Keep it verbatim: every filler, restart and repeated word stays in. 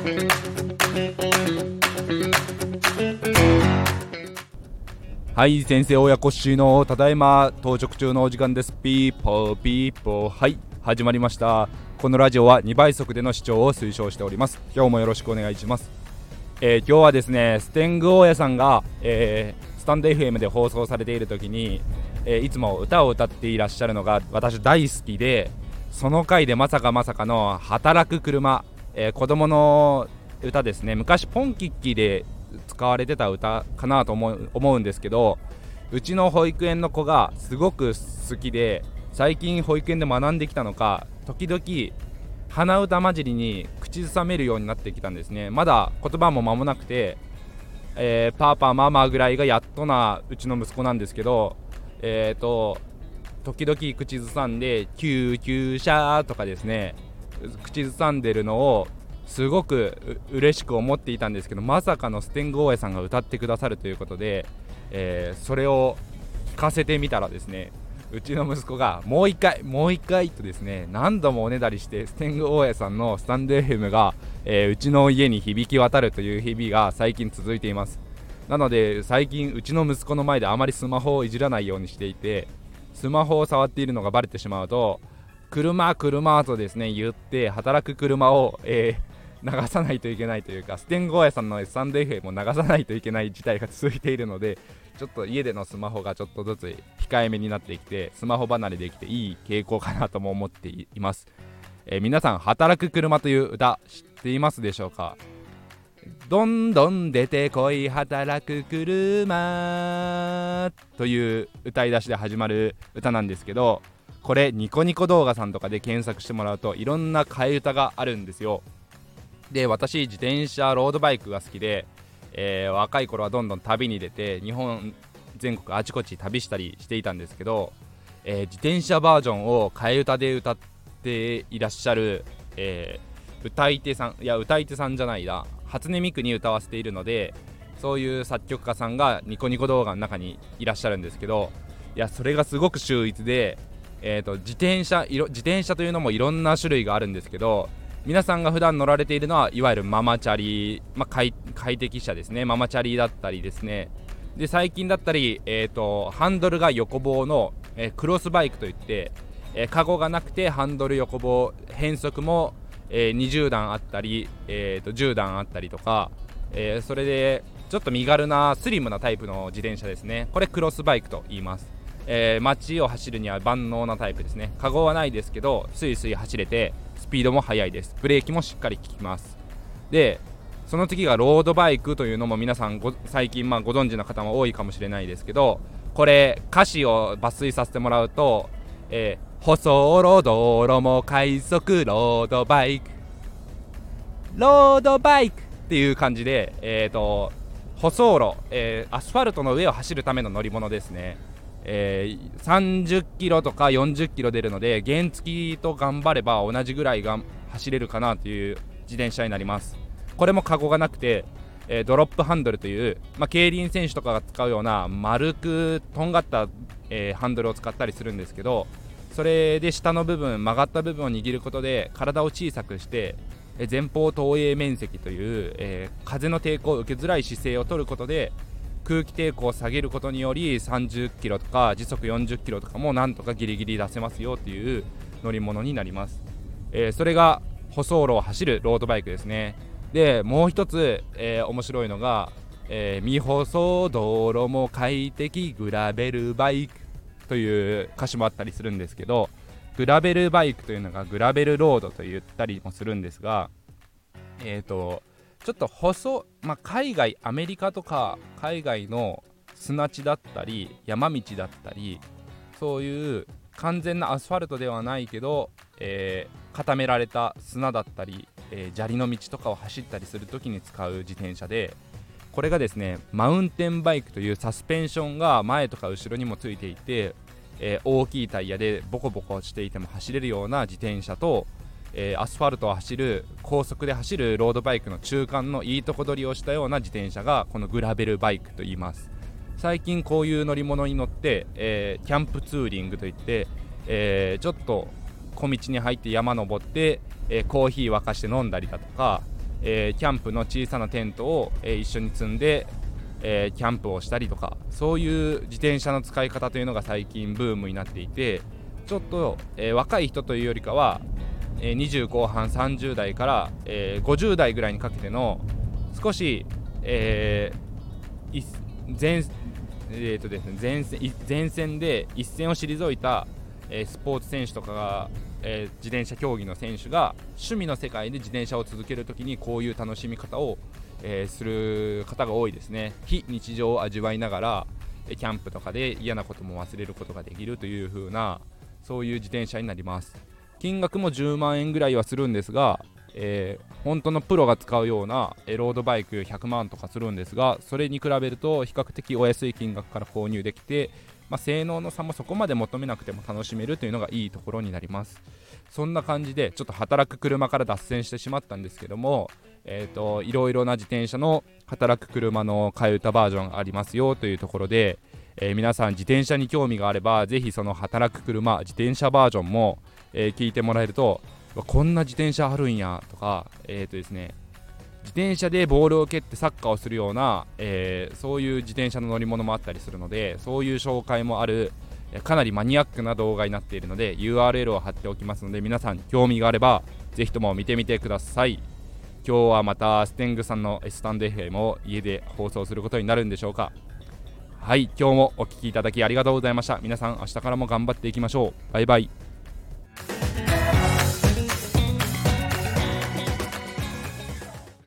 はい、先生親子しのただいま到着中のお時間です。ピーポーピーポー。はい、始まりました。このラジオはにばい速での視聴を推奨しております。今日もよろしくお願いします。えー、今日はですね、ステング大家さんが、えー、スタンド エフエム で放送されている時に、えー、いつも歌を歌っていらっしゃるのが私大好きで、その回でまさかまさかの働く車、えー、子供の歌ですね。昔ポンキッキーで使われてた歌かなと思う、思うんですけど、うちの保育園の子がすごく好きで、最近保育園で学んできたのか、時々鼻歌混じりに口ずさめるようになってきたんですね。まだ言葉も間もなくて、えー、パーパーママぐらいがやっとなうちの息子なんですけど、えーと時々口ずさんで救急車とかですね、口ずさんでるのをすごくう嬉しく思っていたんですけど、まさかのステング大家さんが歌ってくださるということで、えー、それを聞かせてみたらですね、うちの息子がもう一回もう一回とですね、何度もおねだりしてステング大家さんのスタンド エフエム が、えー、うちの家に響き渡るという日々が最近続いています。なので最近うちの息子の前であまりスマホをいじらないようにしていて、スマホを触っているのがバレてしまうと車車とですね言って働く車を、えー流さないといけないというか、ステング大家さんのスタンド エフエム も流さないといけない事態が続いているので、ちょっと家でのスマホがちょっとずつ控えめになってきて、スマホ離れできていい傾向かなとも思っています。えー、皆さん働く車という歌知っていますでしょうか。どんどん出てこい働く車という歌い出しで始まる歌なんですけど、これニコニコ動画さんとかで検索してもらうといろんな替え歌があるんですよ。で、私自転車ロードバイクが好きで、えー、若い頃はどんどん旅に出て日本全国あちこち旅したりしていたんですけど、えー、自転車バージョンを替え歌で歌っていらっしゃる、えー、歌い手さんいや歌い手さんじゃないな初音ミクに歌わせているので、そういう作曲家さんがニコニコ動画の中にいらっしゃるんですけど、いやそれがすごく秀逸で、えーと、自転車いろ自転車というのもいろんな種類があるんですけど、皆さんが普段乗られているのはいわゆるママチャリ、まあ、快, 快適車ですね。ママチャリだったりですね。で最近だったり、えーと、ハンドルが横棒の、えー、クロスバイクといって、えー、カゴがなくてハンドル横棒、変速も、えー、にじゅうだんあったり、えーと、じゅうだんあったりとか、えー、それでちょっと身軽なスリムなタイプの自転車ですね。これクロスバイクと言います。えー、街を走るには万能なタイプですね。カゴはないですけどスイスイ走れてスピードも速いです。ブレーキもしっかり効きます。でその次がロードバイクというのも皆さんご最近まあご存知の方も多いかもしれないですけど、これ歌詞を抜粋させてもらうと、えー、舗装路道路も快速ロードバイクロードバイクっていう感じで、えーと舗装路、えー、アスファルトの上を走るための乗り物ですね。えー、さんじゅっキロとかよんじゅっキロ出るので、原付と頑張れば同じぐらいが走れるかなという自転車になります。これもカゴがなくて、えー、ドロップハンドルという、まあ、競輪選手とかが使うような丸くとんがった、えー、ハンドルを使ったりするんですけど、それで下の部分曲がった部分を握ることで体を小さくして、えー、前方投影面積という、えー、風の抵抗を受けづらい姿勢を取ることで空気抵抗を下げることによりさんじゅっキロとか時速よんじゅっキロとかもなんとかギリギリ出せますよという乗り物になります。えー、それが舗装路を走るロードバイクですね。でもう一つ、えー、面白いのが、えー、未舗装道路も快適グラベルバイクという歌詞もあったりするんですけど、グラベルバイクというのがグラベルロードと言ったりもするんですが、えーとちょっと細、まあ、海外アメリカとか海外の砂地だったり山道だったり、そういう完全なアスファルトではないけど、えー、固められた砂だったり、えー、砂利の道とかを走ったりするときに使う自転車で、これがですねマウンテンバイクというサスペンションが前とか後ろにもついていて、えー、大きいタイヤでボコボコしていても走れるような自転車と、えー、アスファルトを走る高速で走るロードバイクの中間のいいとこ取りをしたような自転車がこのグラベルバイクと言います。最近こういう乗り物に乗って、えー、キャンプツーリングといって、えー、ちょっと小道に入って山登って、えー、コーヒー沸かして飲んだりだとか、 えー、キャンプの小さなテントを、えー、一緒に積んで、えー、キャンプをしたりとか、そういう自転車の使い方というのが最近ブームになっていて、ちょっと、えー、若い人というよりかは、えー、にじゅう後半さんじゅう代から、えー、ごじゅう代ぐらいにかけての少し、えー、前, えーとですね、前, 線前線で一線を退いた、えー、スポーツ選手とかが、えー、自転車競技の選手が趣味の世界で自転車を続けるときにこういう楽しみ方を、えー、する方が多いですね。非日常を味わいながらキャンプとかで嫌なことも忘れることができるという風な、そういう自転車になります。金額もじゅうまんえんぐらいはするんですが、えー、本当のプロが使うようなロードバイクひゃくまんとかするんですが、それに比べると比較的お安い金額から購入できて、まあ、性能の差もそこまで求めなくても楽しめるというのがいいところになります。そんな感じでちょっと働く車から脱線してしまったんですけども、えーと、いろいろな自転車の働く車の替え歌バージョンありますよというところで、えー、皆さん自転車に興味があればぜひその働く車自転車バージョンも、えー、聞いてもらえると、こんな自転車あるんやとか、えーとですね、自転車でボールを蹴ってサッカーをするような、えー、そういう自転車の乗り物もあったりするので、そういう紹介もあるかなりマニアックな動画になっているので ユーアールエル を貼っておきますので、皆さん興味があればぜひとも見てみてください。今日はまたステングさんのスタンド エフエム を家で放送することになるんでしょうか。はい、今日もお聞きいただきありがとうございました。皆さん明日からも頑張っていきましょう。バイバイ。